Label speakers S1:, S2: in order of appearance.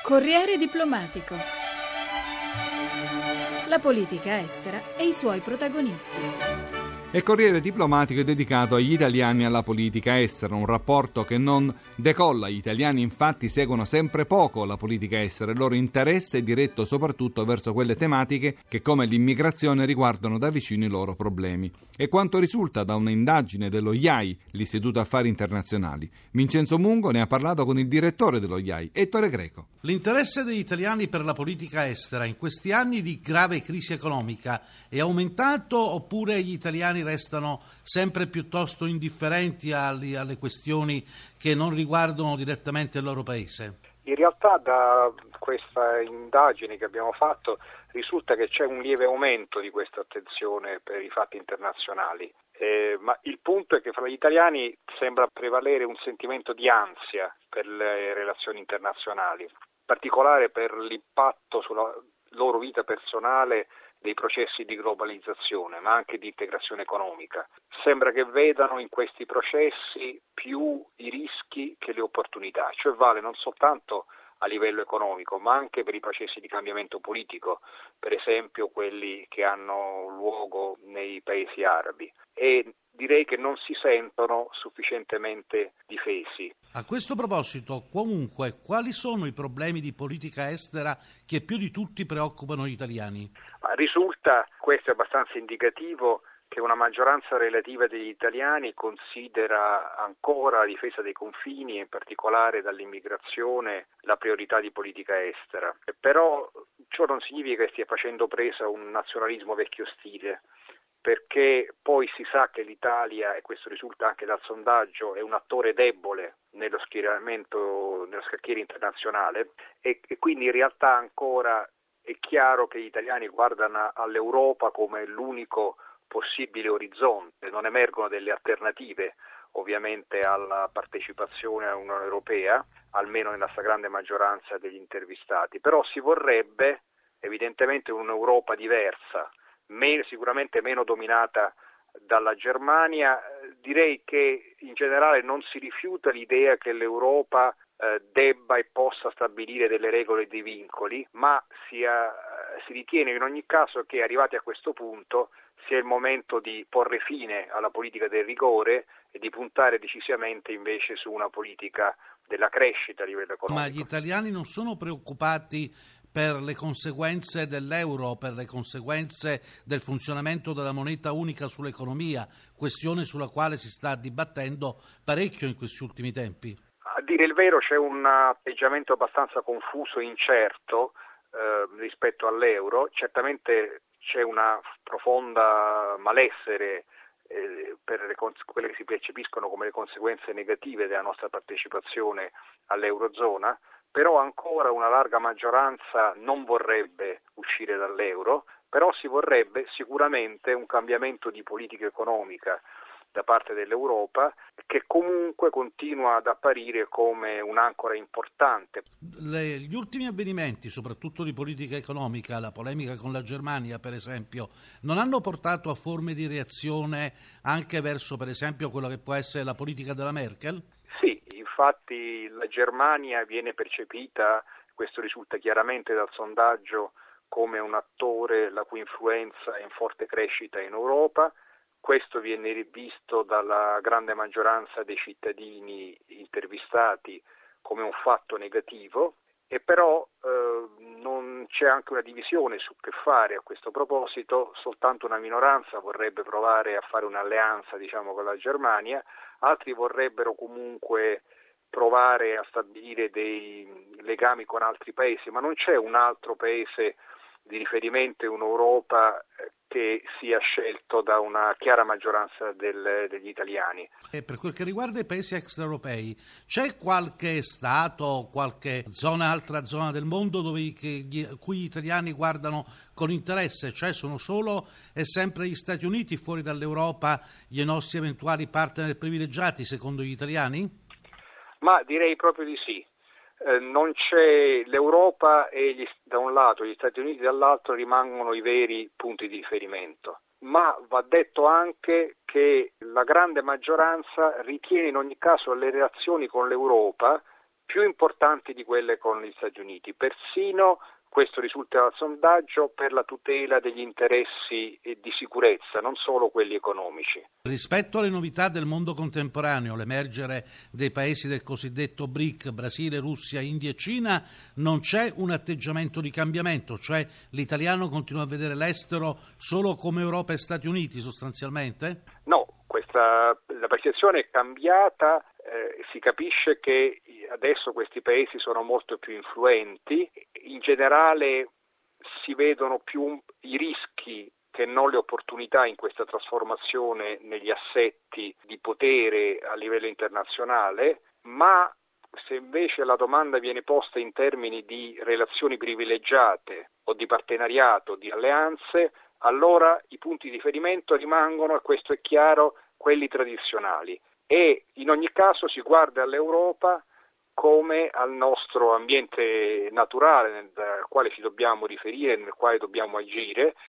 S1: Corriere diplomatico. La politica estera e i suoi protagonisti.
S2: Il Corriere diplomatico è dedicato agli italiani e alla politica estera, un rapporto che non decolla. Gli italiani infatti seguono sempre poco la politica estera, il loro interesse è diretto soprattutto verso quelle tematiche che, come l'immigrazione, riguardano da vicino i loro problemi. E quanto risulta da un'indagine dello IAI, l'Istituto Affari Internazionali. Vincenzo Mungo ne ha parlato con il direttore dello IAI, Ettore Greco.
S3: L'interesse degli italiani per la politica estera in questi anni di grave crisi economica è aumentato oppure gli italiani restano sempre piuttosto indifferenti alle questioni che non riguardano direttamente il loro paese?
S4: In realtà da questa indagine che abbiamo fatto risulta che c'è un lieve aumento di questa attenzione per i fatti internazionali, ma il punto è che fra gli italiani sembra prevalere un sentimento di ansia per le relazioni internazionali, in particolare per l'impatto sulla loro vita personale dei processi di globalizzazione, ma anche di integrazione economica. Sembra che vedano in questi processi più i rischi che le opportunità, cioè vale non soltanto a livello economico, ma anche per i processi di cambiamento politico, per esempio quelli che hanno luogo nei paesi arabi. E direi che non si sentono sufficientemente difesi.
S3: A questo proposito, comunque, quali sono i problemi di politica estera che più di tutti preoccupano gli italiani?
S4: Risulta, questo è abbastanza indicativo, che una maggioranza relativa degli italiani considera ancora la difesa dei confini, in particolare dall'immigrazione, la priorità di politica estera. Però ciò non significa che stia facendo presa un nazionalismo vecchio stile, perché poi si sa che l'Italia, e questo risulta anche dal sondaggio, è un attore debole nello schieramento, nello scacchiere internazionale e quindi in realtà ancora è chiaro che gli italiani guardano all'Europa come l'unico possibile orizzonte, non emergono delle alternative ovviamente alla partecipazione all'Unione Europea, almeno nella stragrande maggioranza degli intervistati, però si vorrebbe evidentemente un'Europa diversa, sicuramente meno dominata dalla Germania. Direi che in generale non si rifiuta l'idea che l'Europa debba e possa stabilire delle regole e dei vincoli, ma si ritiene in ogni caso che arrivati a questo punto sia il momento di porre fine alla politica del rigore e di puntare decisamente invece su una politica della crescita a livello economico.
S3: Ma gli italiani non sono preoccupati per le conseguenze dell'euro, per le conseguenze del funzionamento della moneta unica sull'economia, questione sulla quale si sta dibattendo parecchio in questi ultimi tempi?
S4: A dire il vero c'è un atteggiamento abbastanza confuso e incerto rispetto all'euro. Certamente c'è una profonda malessere per quelle che si percepiscono come le conseguenze negative della nostra partecipazione all'Eurozona, però ancora una larga maggioranza non vorrebbe uscire dall'euro, però si vorrebbe sicuramente un cambiamento di politica economica da parte dell'Europa, che comunque continua ad apparire come un'ancora importante.
S3: Gli ultimi avvenimenti, soprattutto di politica economica, la polemica con la Germania per esempio, non hanno portato a forme di reazione anche verso per esempio quello che può essere la politica della Merkel?
S4: Sì, infatti la Germania viene percepita, questo risulta chiaramente dal sondaggio, come un attore la cui influenza è in forte crescita in Europa. Questo viene visto dalla grande maggioranza dei cittadini intervistati come un fatto negativo e però non c'è anche una divisione su che fare a questo proposito. Soltanto una minoranza vorrebbe provare a fare un'alleanza con la Germania, altri vorrebbero comunque provare a stabilire dei legami con altri paesi, ma non c'è un altro paese di riferimento in Europa che sia scelto da una chiara maggioranza degli italiani.
S3: E per quel che riguarda i paesi extraeuropei, c'è qualche Stato, qualche altra zona del mondo cui gli italiani guardano con interesse? Cioè sono solo e sempre gli Stati Uniti fuori dall'Europa i nostri eventuali partner privilegiati secondo gli italiani?
S4: Ma direi proprio di sì. Non c'è l'Europa e da un lato gli Stati Uniti dall'altro rimangono i veri punti di riferimento, ma va detto anche che la grande maggioranza ritiene in ogni caso le relazioni con l'Europa più importanti di quelle con gli Stati Uniti, persino, questo risulta dal sondaggio, per la tutela degli interessi di sicurezza, non solo quelli economici.
S3: Rispetto alle novità del mondo contemporaneo, l'emergere dei paesi del cosiddetto BRIC, Brasile, Russia, India e Cina, non c'è un atteggiamento di cambiamento, cioè l'italiano continua a vedere l'estero solo come Europa e Stati Uniti sostanzialmente?
S4: No, la percezione è cambiata, si capisce che adesso questi paesi sono molto più influenti, in generale si vedono più i rischi che non le opportunità in questa trasformazione negli assetti di potere a livello internazionale, ma se invece la domanda viene posta in termini di relazioni privilegiate o di partenariato, di alleanze, allora i punti di riferimento rimangono, e questo è chiaro, quelli tradizionali. E in ogni caso si guarda all'Europa come al nostro ambiente naturale nel quale ci dobbiamo riferire, nel quale dobbiamo agire,